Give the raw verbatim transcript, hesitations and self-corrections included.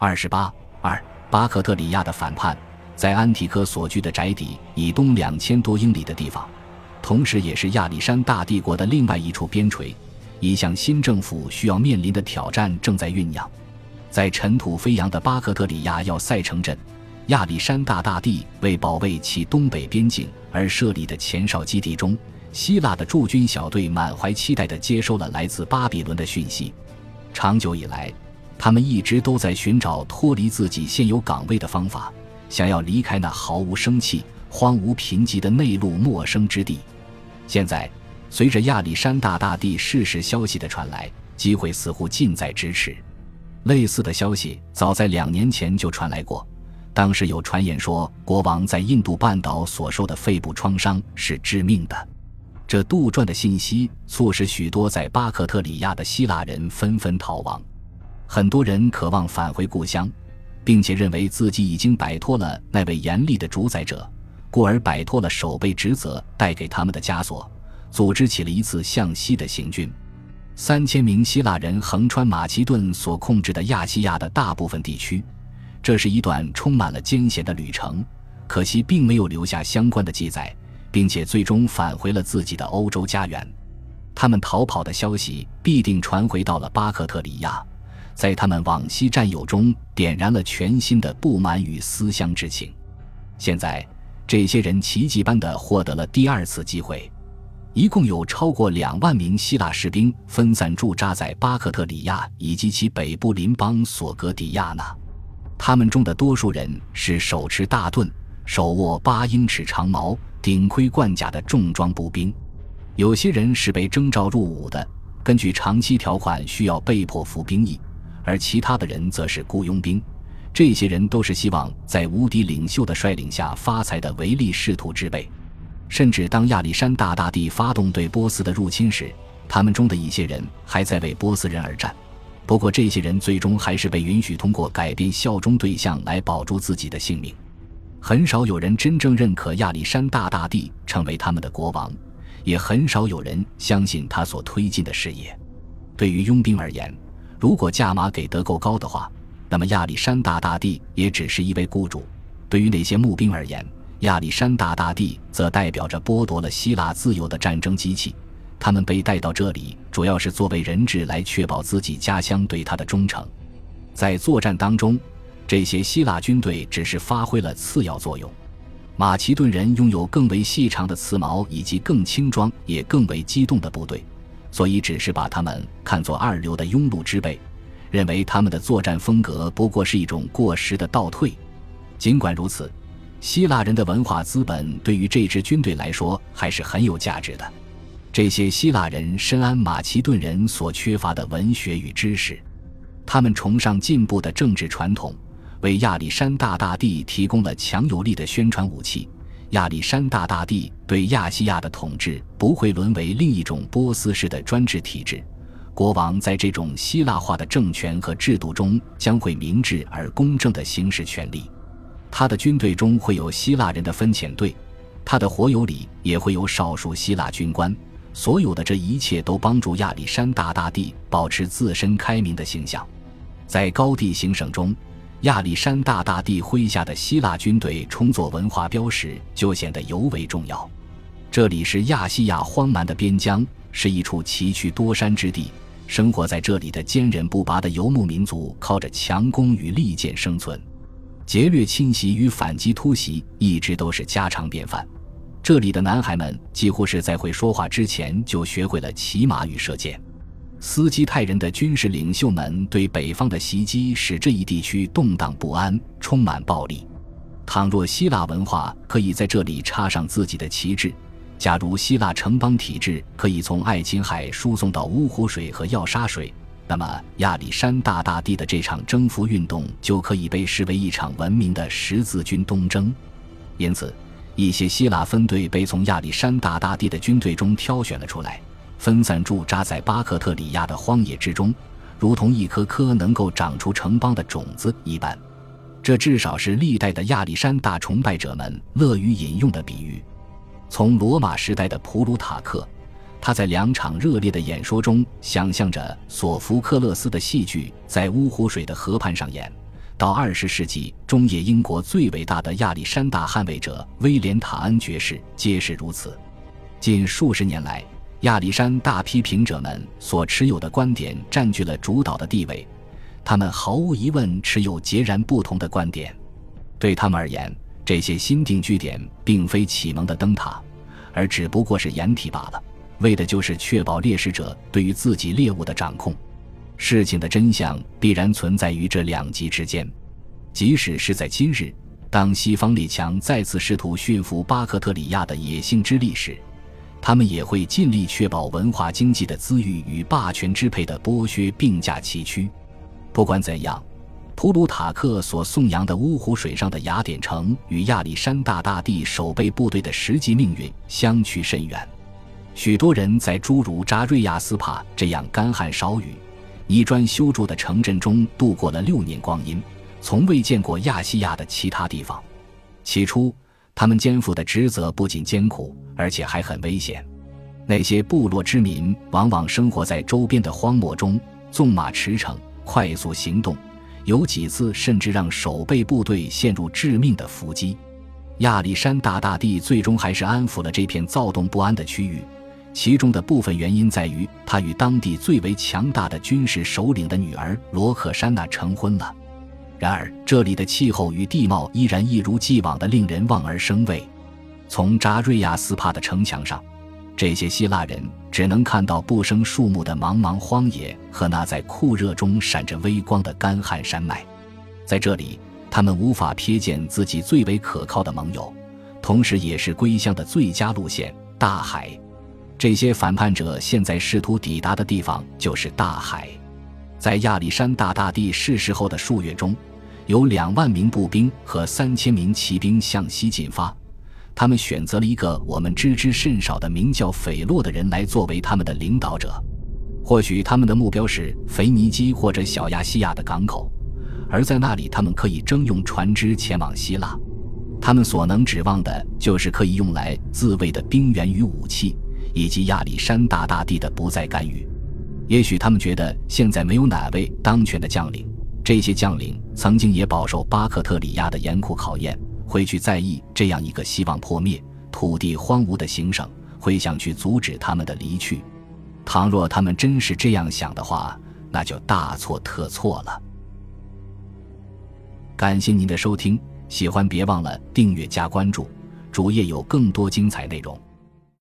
二十八二巴克特里亚的反叛，在安提柯所居的宅邸以东两千多英里的地方，同时也是亚历山大帝国的另外一处边陲，一项新政府需要面临的挑战正在酝酿。在尘土飞扬的巴克特里亚要塞城镇，亚历山大大帝为保卫其东北边境而设立的前哨基地中，希腊的驻军小队满怀期待地接收了来自巴比伦的讯息。长久以来，他们一直都在寻找脱离自己现有岗位的方法，想要离开那毫无生气、荒芜贫瘠的内陆陌生之地。现在，随着亚历山大大帝逝世消息的传来，机会似乎近在咫尺。类似的消息早在两年前就传来过，当时有传言说国王在印度半岛所受的肺部创伤是致命的。这杜撰的信息促使许多在巴克特里亚的希腊人纷纷逃亡，很多人渴望返回故乡，并且认为自己已经摆脱了那位严厉的主宰者，故而摆脱了守备职责带给他们的枷锁，组织起了一次向西的行军。三千名希腊人横穿马其顿所控制的亚细亚的大部分地区，这是一段充满了艰险的旅程，可惜并没有留下相关的记载，并且最终返回了自己的欧洲家园。他们逃跑的消息必定传回到了巴克特里亚，在他们往昔战友中点燃了全新的不满与思乡之情。现在，这些人奇迹般地获得了第二次机会。一共有超过两万名希腊士兵分散驻扎在巴克特里亚以及其北部邻邦索格迪亚纳，他们中的多数人是手持大盾、手握八英尺长矛、顶盔贯甲的重装步兵。有些人是被征召入伍的，根据长期条款需要被迫服兵役，而其他的人则是雇佣兵。这些人都是希望在无敌领袖的率领下发财的唯利是图之辈。甚至当亚历山大大帝发动对波斯的入侵时，他们中的一些人还在为波斯人而战。不过这些人最终还是被允许通过改变效忠对象来保住自己的性命。很少有人真正认可亚历山大大帝成为他们的国王，也很少有人相信他所推进的事业。对于佣兵而言，如果价码给得够高的话，那么亚历山大大帝也只是一位雇主。对于那些募兵而言，亚历山大大帝则代表着剥夺了希腊自由的战争机器，他们被带到这里主要是作为人质来确保自己家乡对他的忠诚。在作战当中，这些希腊军队只是发挥了次要作用。马其顿人拥有更为细长的刺矛以及更轻装也更为机动的部队，所以只是把他们看作二流的庸碌之辈，认为他们的作战风格不过是一种过时的倒退。尽管如此，希腊人的文化资本对于这支军队来说还是很有价值的。这些希腊人深谙马其顿人所缺乏的文学与知识，他们崇尚进步的政治传统，为亚历山大大帝提供了强有力的宣传武器。亚历山大大帝对亚细亚的统治不会沦为另一种波斯式的专制体制，国王在这种希腊化的政权和制度中将会明智而公正地行使权力。他的军队中会有希腊人的分遣队，他的火友里也会有少数希腊军官。所有的这一切都帮助亚历山大大帝保持自身开明的形象。在高地行省中，亚历山大大帝麾下的希腊军队充作文化标识就显得尤为重要。这里是亚细亚荒蛮的边疆，是一处崎岖多山之地，生活在这里的坚韧不拔的游牧民族靠着强弓与利箭生存。劫掠侵袭与反击突袭一直都是家常便饭。这里的男孩们几乎是在会说话之前就学会了骑马与射箭。斯基泰人的军事领袖们对北方的袭击使这一地区动荡不安，充满暴力。倘若希腊文化可以在这里插上自己的旗帜，假如希腊城邦体制可以从爱琴海输送到乌湖水和药沙水，那么亚历山大大帝的这场征服运动就可以被视为一场文明的十字军东征。因此，一些希腊分队被从亚历山大大帝的军队中挑选了出来，分散驻扎在巴克特里亚的荒野之中，如同一颗颗能够长出城邦的种子一般。这至少是历代的亚历山大崇拜者们乐于引用的比喻。从罗马时代的普鲁塔克，他在两场热烈的演说中想象着索福克勒斯的戏剧在乌湖水的河畔上演， 到二十世纪中叶，英国最伟大的亚历山大捍卫者威廉·塔恩爵士皆是如此。近数十年来，亚历山大批评者们所持有的观点占据了主导的地位，他们毫无疑问持有截然不同的观点。对他们而言，这些新定居点并非启蒙的灯塔，而只不过是掩体罢了，为的就是确保猎食者对于自己猎物的掌控。事情的真相必然存在于这两极之间。即使是在今日，当西方列强再次试图驯服巴克特里亚的野性之力时，他们也会尽力确保文化经济的资裕与霸权支配的剥削并驾齐驱。不管怎样，普鲁塔克所颂扬的乌湖水上的雅典城与亚历山大大帝守备部队的实际命运相去甚远。许多人在诸如扎瑞亚斯帕这样干旱少雨、泥砖修筑的城镇中度过了六年光阴，从未见过亚细亚的其他地方。起初，他们肩负的职责不仅艰苦，而且还很危险。那些部落之民往往生活在周边的荒漠中，纵马驰骋，快速行动，有几次甚至让守备部队陷入致命的伏击。亚历山大大帝最终还是安抚了这片躁动不安的区域，其中的部分原因在于他与当地最为强大的军事首领的女儿罗克珊娜成婚了。然而这里的气候与地貌依然一如既往地令人望而生畏。从扎瑞亚斯帕的城墙上，这些希腊人只能看到不生树木的茫茫荒野和那在酷热中闪着微光的干旱山脉。在这里，他们无法瞥见自己最为可靠的盟友，同时也是归乡的最佳路线——大海。这些反叛者现在试图抵达的地方就是大海。在亚历山大大帝逝世后的数月中，有两万名步兵和三千名骑兵向西进发，他们选择了一个我们知之甚少的名叫斐洛的人来作为他们的领导者。或许他们的目标是腓尼基或者小亚细亚的港口，而在那里他们可以征用船只前往希腊。他们所能指望的就是可以用来自卫的兵源与武器，以及亚历山大大帝的不再干预。也许他们觉得现在没有哪位当权的将领，这些将领曾经也饱受巴克特里亚的严酷考验，会去在意这样一个希望破灭、土地荒芜的行省，会想去阻止他们的离去。倘若他们真是这样想的话，那就大错特错了。感谢您的收听，喜欢别忘了订阅加关注，主页有更多精彩内容。